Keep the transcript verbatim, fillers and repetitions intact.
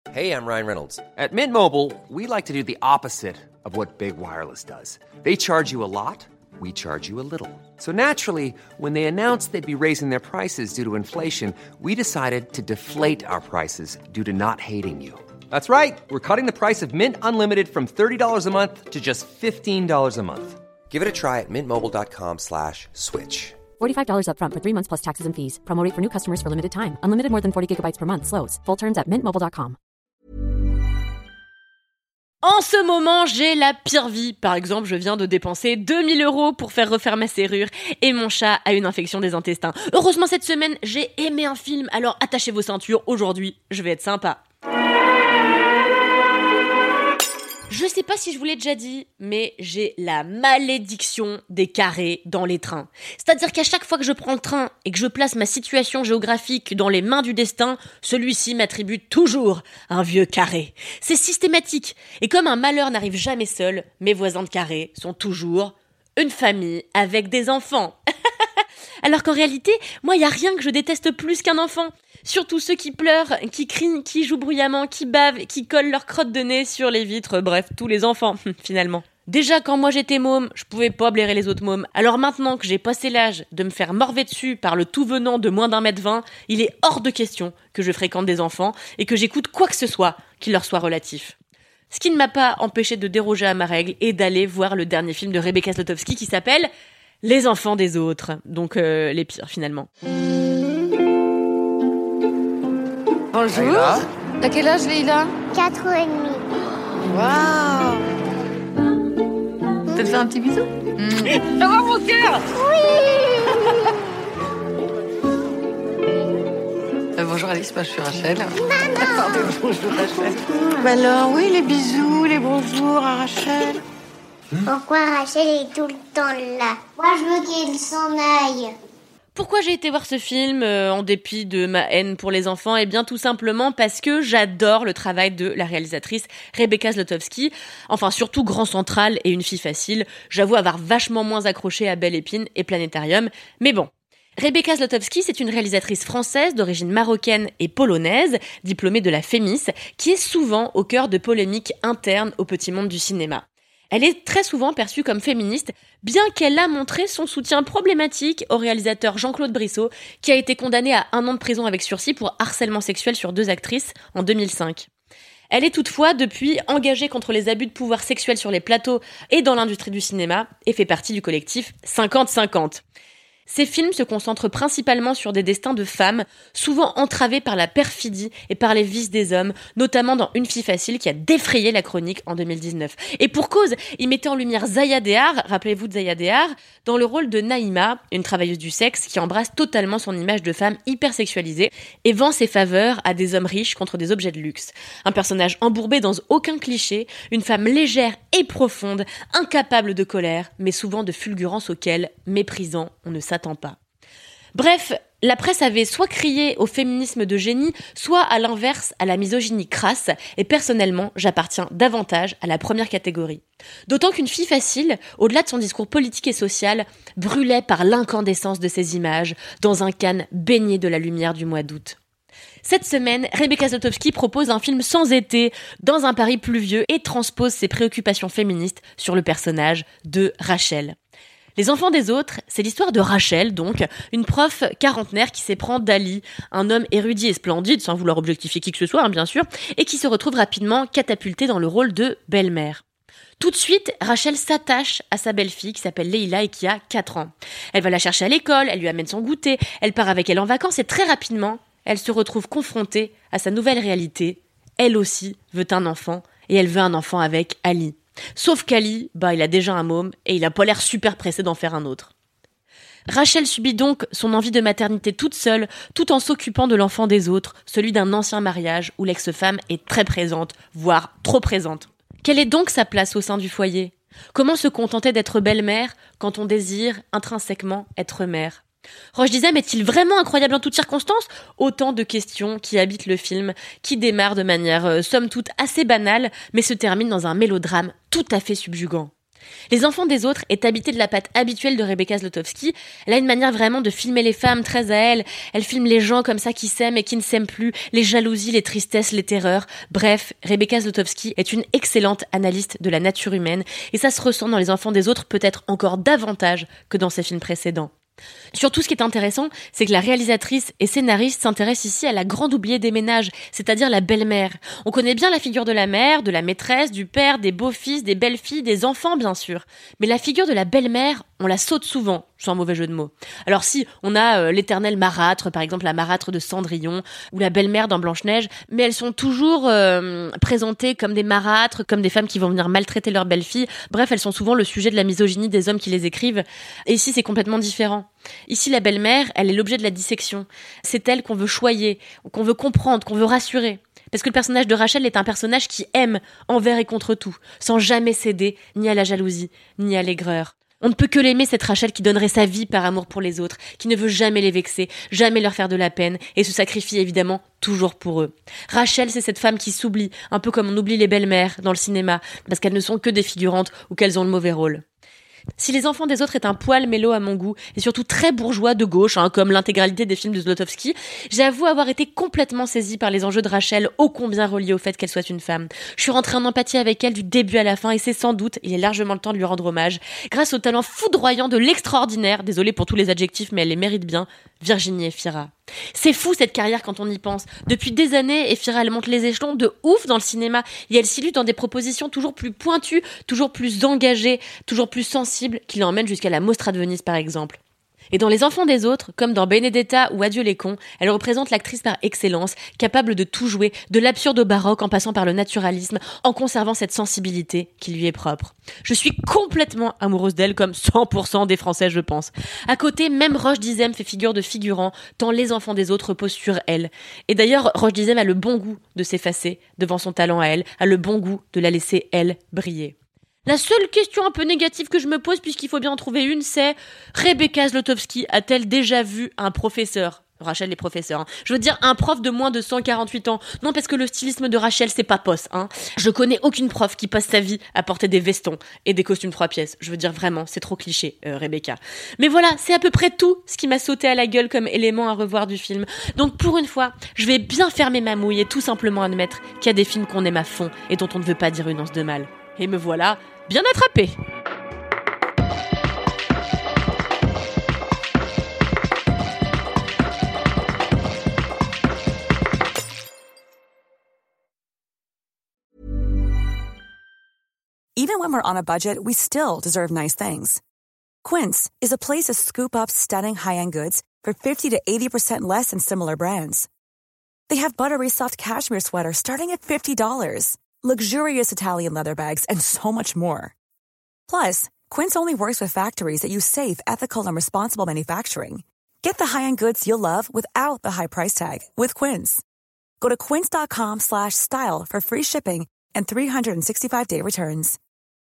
Hey, I'm Ryan Reynolds. At Mint Mobile, we like to do the opposite of what Big Wireless does. They charge you a lot, we charge you a little. So naturally, when they announced they'd be raising their prices due to inflation, we decided to deflate our prices due to not hating you. That's right. We're cutting the price of Mint Unlimited from thirty dollars a month to just fifteen dollars a month. Give it a try at mintmobile.com slash switch. forty-five dollars up front for three months plus taxes and fees. Promo rate for new customers for limited time. Unlimited more than forty gigabytes per month. Slows full terms at mint mobile dot com. En ce moment, j'ai la pire vie. Par exemple, je viens de dépenser deux mille euros pour faire refaire ma serrure et mon chat a une infection des intestins. Heureusement, cette semaine, j'ai aimé un film, alors attachez vos ceintures. Aujourd'hui, je vais être sympa. Je sais pas si je vous l'ai déjà dit, mais j'ai la malédiction des carrés dans les trains. C'est-à-dire qu'à chaque fois que je prends le train et que je place ma situation géographique dans les mains du destin, celui-ci m'attribue toujours un vieux carré. C'est systématique. Et comme un malheur n'arrive jamais seul, mes voisins de carré sont toujours une famille avec des enfants. Alors qu'en réalité, moi, il y a rien que je déteste plus qu'un enfant. Surtout ceux qui pleurent, qui crient, qui jouent bruyamment, qui bavent, qui collent leur crotte de nez sur les vitres, bref, tous les enfants, finalement. Déjà, quand moi j'étais môme, je pouvais pas blairer les autres mômes. Alors maintenant que j'ai passé l'âge de me faire morver dessus par le tout venant de moins d'un mètre vingt, il est hors de question que je fréquente des enfants et que j'écoute quoi que ce soit qui leur soit relatif. Ce qui ne m'a pas empêché de déroger à ma règle et d'aller voir le dernier film de Rebecca Zlotowski qui s'appelle « Les enfants des autres », donc euh, les pires finalement. Bonjour. Leïla. À quel âge, Leïla? Quatre ans et demi. Waouh. T'as te fait un petit bisou? Ça va mon cœur? euh, Bonjour Alice, moi je suis Rachel. Pardon, bonjour Rachel. Bah alors, oui, les bisous, les bonjours à Rachel. Pourquoi Rachel est tout le temps là? Moi, je veux qu'elle s'en aille. Pourquoi j'ai été voir ce film euh, en dépit de ma haine pour les enfants? Eh bien tout simplement parce que j'adore le travail de la réalisatrice Rebecca Zlotowski. Enfin surtout Grand Central et Une fille facile. J'avoue avoir vachement moins accroché à Belle Épine et Planétarium. Mais bon. Rebecca Zlotowski, c'est une réalisatrice française d'origine marocaine et polonaise, diplômée de la Fémis, qui est souvent au cœur de polémiques internes au petit monde du cinéma. Elle est très souvent perçue comme féministe, bien qu'elle a montré son soutien problématique au réalisateur Jean-Claude Brissot, qui a été condamné à un an de prison avec sursis pour harcèlement sexuel sur deux actrices en deux mille cinq. Elle est toutefois, depuis, engagée contre les abus de pouvoir sexuel sur les plateaux et dans l'industrie du cinéma, et fait partie du collectif cinquante cinquante. Ces films se concentrent principalement sur des destins de femmes, souvent entravés par la perfidie et par les vices des hommes, notamment dans Une fille facile qui a défrayé la chronique en deux mille dix-neuf. Et pour cause, il mettait en lumière Zaya Dehar, rappelez-vous de Zaya Dehar, dans le rôle de Naïma, une travailleuse du sexe qui embrasse totalement son image de femme hypersexualisée et vend ses faveurs à des hommes riches contre des objets de luxe. Un personnage embourbé dans aucun cliché, une femme légère et profonde, incapable de colère, mais souvent de fulgurance auquel, méprisant, on ne s'attend pas. Bref, la presse avait soit crié au féminisme de génie, soit à l'inverse à la misogynie crasse, et personnellement, j'appartiens davantage à la première catégorie. D'autant qu'Une fille facile, au-delà de son discours politique et social, brûlait par l'incandescence de ses images, dans un Cannes baigné de la lumière du mois d'août. Cette semaine, Rebecca Zlotowski propose un film sans été, dans un Paris pluvieux, et transpose ses préoccupations féministes sur le personnage de Rachel. Les enfants des autres, c'est l'histoire de Rachel, donc, une prof quarantenaire qui s'éprend d'Ali, un homme érudit et splendide, sans vouloir objectifier qui que ce soit, hein, bien sûr, et qui se retrouve rapidement catapultée dans le rôle de belle-mère. Tout de suite, Rachel s'attache à sa belle-fille qui s'appelle Leïla et qui a quatre ans. Elle va la chercher à l'école, elle lui amène son goûter, elle part avec elle en vacances et très rapidement, elle se retrouve confrontée à sa nouvelle réalité. Elle aussi veut un enfant et elle veut un enfant avec Ali. Sauf qu'Ali, bah, il a déjà un môme et il a pas l'air super pressé d'en faire un autre. Rachel subit donc son envie de maternité toute seule, tout en s'occupant de l'enfant des autres, celui d'un ancien mariage où l'ex-femme est très présente, voire trop présente. Quelle est donc sa place au sein du foyer? Comment se contenter d'être belle-mère quand on désire intrinsèquement être mère? Roche Dizem est-il vraiment incroyable en toutes circonstances? Autant de questions qui habitent le film, qui démarre de manière euh, somme toute assez banale, mais se termine dans un mélodrame tout à fait subjugant. Les enfants des autres est habité de la patte habituelle de Rebecca Zlotowski. Elle a une manière vraiment de filmer les femmes très à elle. Elle filme les gens comme ça qui s'aiment et qui ne s'aiment plus, les jalousies, les tristesses, les terreurs. Bref, Rebecca Zlotowski est une excellente analyste de la nature humaine et ça se ressent dans Les enfants des autres peut-être encore davantage que dans ses films précédents. Surtout, ce qui est intéressant, c'est que la réalisatrice et scénariste s'intéresse ici à la grande oubliée des ménages, c'est-à-dire la belle-mère. On connaît bien la figure de la mère, de la maîtresse, du père, des beaux-fils, des belles-filles, des enfants bien sûr. Mais la figure de la belle-mère, on la saute souvent, sans mauvais jeu de mots. Alors si, on a euh, l'éternelle marâtre, par exemple la marâtre de Cendrillon, ou la belle-mère dans Blanche-Neige, mais elles sont toujours euh, présentées comme des marâtres, comme des femmes qui vont venir maltraiter leur belle-fille. Bref, elles sont souvent le sujet de la misogynie des hommes qui les écrivent. Et ici, c'est complètement différent. Ici, la belle-mère, elle est l'objet de la dissection. C'est elle qu'on veut choyer, qu'on veut comprendre, qu'on veut rassurer. Parce que le personnage de Rachel est un personnage qui aime envers et contre tout, sans jamais céder ni à la jalousie, ni à l'aigreur. On ne peut que l'aimer, cette Rachel qui donnerait sa vie par amour pour les autres, qui ne veut jamais les vexer, jamais leur faire de la peine, et se sacrifie évidemment toujours pour eux. Rachel, c'est cette femme qui s'oublie, un peu comme on oublie les belles-mères dans le cinéma, parce qu'elles ne sont que des figurantes ou qu'elles ont le mauvais rôle. Si Les enfants des autres est un poil mélo à mon goût, et surtout très bourgeois de gauche, hein, comme l'intégralité des films de Zlotowski, j'avoue avoir été complètement saisie par les enjeux de Rachel, ô combien reliés au fait qu'elle soit une femme. Je suis rentrée en empathie avec elle du début à la fin, et c'est sans doute, il est largement le temps de lui rendre hommage, grâce au talent foudroyant de l'extraordinaire, désolée pour tous les adjectifs, mais elle les mérite bien, Virginie Efira. C'est fou cette carrière quand on y pense. Depuis des années, Efira elle monte les échelons de ouf dans le cinéma et elle s'illustre dans des propositions toujours plus pointues, toujours plus engagées, toujours plus sensibles qui l'emmènent jusqu'à la Mostra de Venise par exemple. Et dans Les enfants des autres, comme dans Benedetta ou Adieu les cons, elle représente l'actrice par excellence, capable de tout jouer, de l'absurde au baroque en passant par le naturalisme, en conservant cette sensibilité qui lui est propre. Je suis complètement amoureuse d'elle comme cent pour cent des Français, je pense. À côté, même Roche Dizem fait figure de figurant, tant Les enfants des autres reposent sur elle. Et d'ailleurs, Roche Dizem a le bon goût de s'effacer devant son talent à elle, a le bon goût de la laisser, elle, briller. La seule question un peu négative que je me pose, puisqu'il faut bien en trouver une, c'est Rebecca Zlotowski a-t-elle déjà vu un professeur ? Rachel les professeurs, hein. Je veux dire un prof de moins de cent quarante-huit ans. Non, parce que le stylisme de Rachel, c'est pas posse, hein. Je connais aucune prof qui passe sa vie à porter des vestons et des costumes trois pièces. Je veux dire vraiment, c'est trop cliché, euh, Rebecca. Mais voilà, c'est à peu près tout ce qui m'a sauté à la gueule comme élément à revoir du film. Donc pour une fois, je vais bien fermer ma mouille et tout simplement admettre qu'il y a des films qu'on aime à fond et dont on ne veut pas dire une once de mal. Et me voilà bien attrapée. Even when we're on a budget, we still deserve nice things. Quince is a place to scoop up stunning high-end goods for fifty to eighty percent less than similar brands. They have buttery soft cashmere sweaters starting at fifty dollars, luxurious Italian leather bags, and so much more. Plus, Quince only works with factories that use safe, ethical, and responsible manufacturing. Get the high-end goods you'll love without the high price tag with Quince. Go to quince.com slash style for free shipping and three sixty-five day returns.